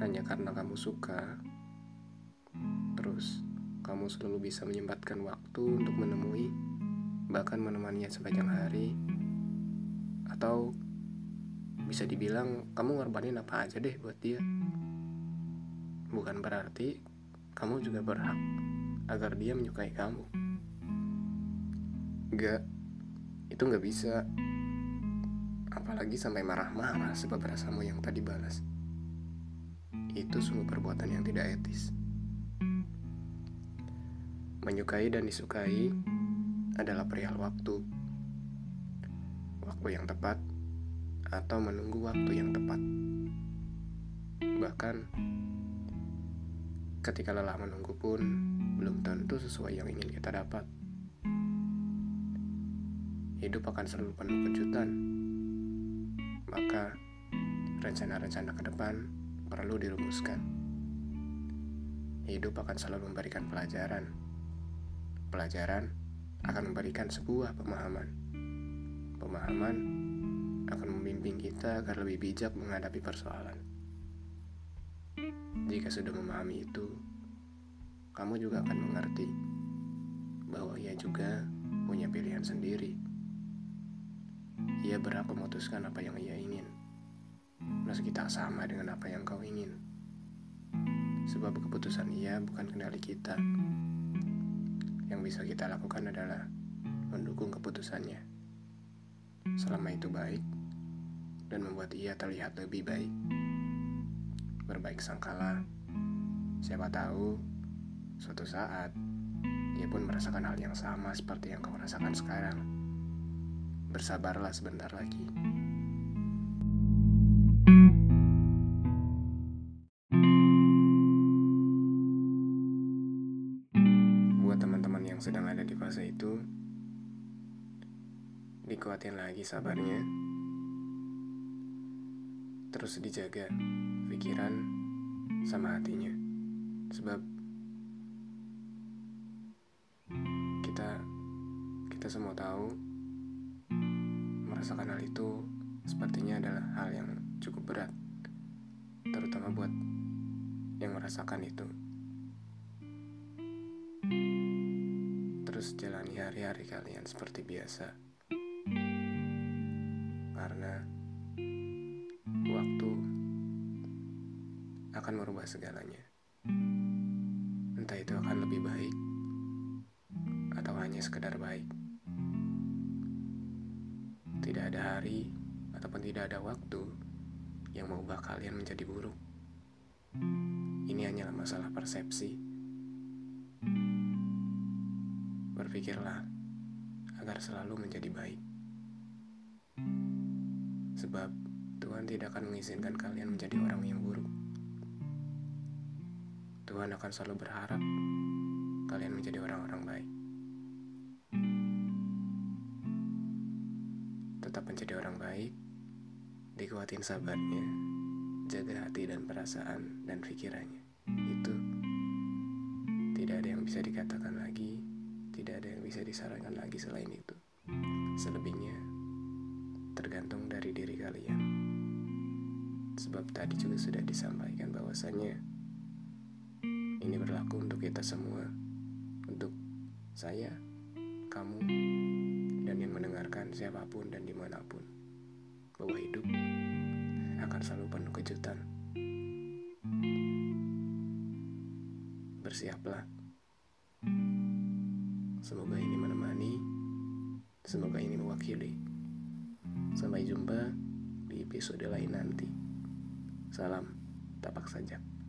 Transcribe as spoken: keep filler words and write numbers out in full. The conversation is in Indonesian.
hanya karena kamu suka, terus kamu selalu bisa menyempatkan waktu untuk menemui, bahkan menemaninya sepanjang hari, atau bisa dibilang kamu ngorbanin apa aja deh buat dia. Bukan berarti kamu juga berhak agar dia menyukai kamu. Gak, itu gak bisa. Apalagi sampai marah-marah sebab rasamu yang tadi balas. Itu sungguh perbuatan yang tidak etis. Menyukai dan disukai adalah perihal waktu. Waktu yang tepat atau menunggu waktu yang tepat. Bahkan ketika lelah menunggu pun belum tentu sesuai yang ingin kita dapat. Hidup akan selalu penuh kejutan. Maka rencana-rencana ke depan perlu dirumuskan. Hidup akan selalu memberikan pelajaran. Pelajaran akan memberikan sebuah pemahaman. Pemahaman akan membimbing kita agar lebih bijak menghadapi persoalan. Jika sudah memahami itu, kamu juga akan mengerti bahwa ia juga punya pilihan sendiri. Ia berhak memutuskan apa yang ia ingin, meski tak sama dengan apa yang kau ingin. Sebab keputusan ia bukan kendali kita. Yang bisa kita lakukan adalah mendukung keputusannya, selama itu baik dan membuat ia terlihat lebih baik. Berbaik sangkalah, siapa tahu suatu saat ia pun merasakan hal yang sama seperti yang kau rasakan sekarang. Bersabarlah sebentar lagi. Buat teman-teman yang sedang ada di fase itu, dikuatin lagi sabarnya. Terus dijaga pikiran sama hatinya. Sebab kita kita semua tahu merasakan hal itu sepertinya adalah hal yang cukup berat, terutama buat yang merasakan itu. Terus jalani hari-hari kalian seperti biasa, karena waktu akan merubah segalanya. Entah itu akan lebih baik atau hanya sekedar baik. Tidak ada hari ataupun tidak ada waktu yang mengubah kalian menjadi buruk. Ini hanyalah masalah persepsi. Berpikirlah agar selalu menjadi baik. Sebab Tuhan tidak akan mengizinkan kalian menjadi orang yang buruk. Tuhan akan selalu berharap kalian menjadi orang-orang baik. Tetap menjadi orang baik, dikuatin sabarnya, jaga hati dan perasaan dan pikirannya. Itu tidak ada yang bisa dikatakan lagi, tidak ada yang bisa disarankan lagi selain itu. Selebihnya tergantung dari diri kalian. Sebab tadi juga sudah disampaikan bahwasannya ini berlaku untuk kita semua, untuk saya, kamu, dan yang mendengarkan siapapun dan dimanapun, bahwa hidup akan selalu penuh kejutan. Bersiaplah. Semoga ini menemani, semoga ini mewakili. Sampai jumpa di episode lain nanti. Salam tapak sajak.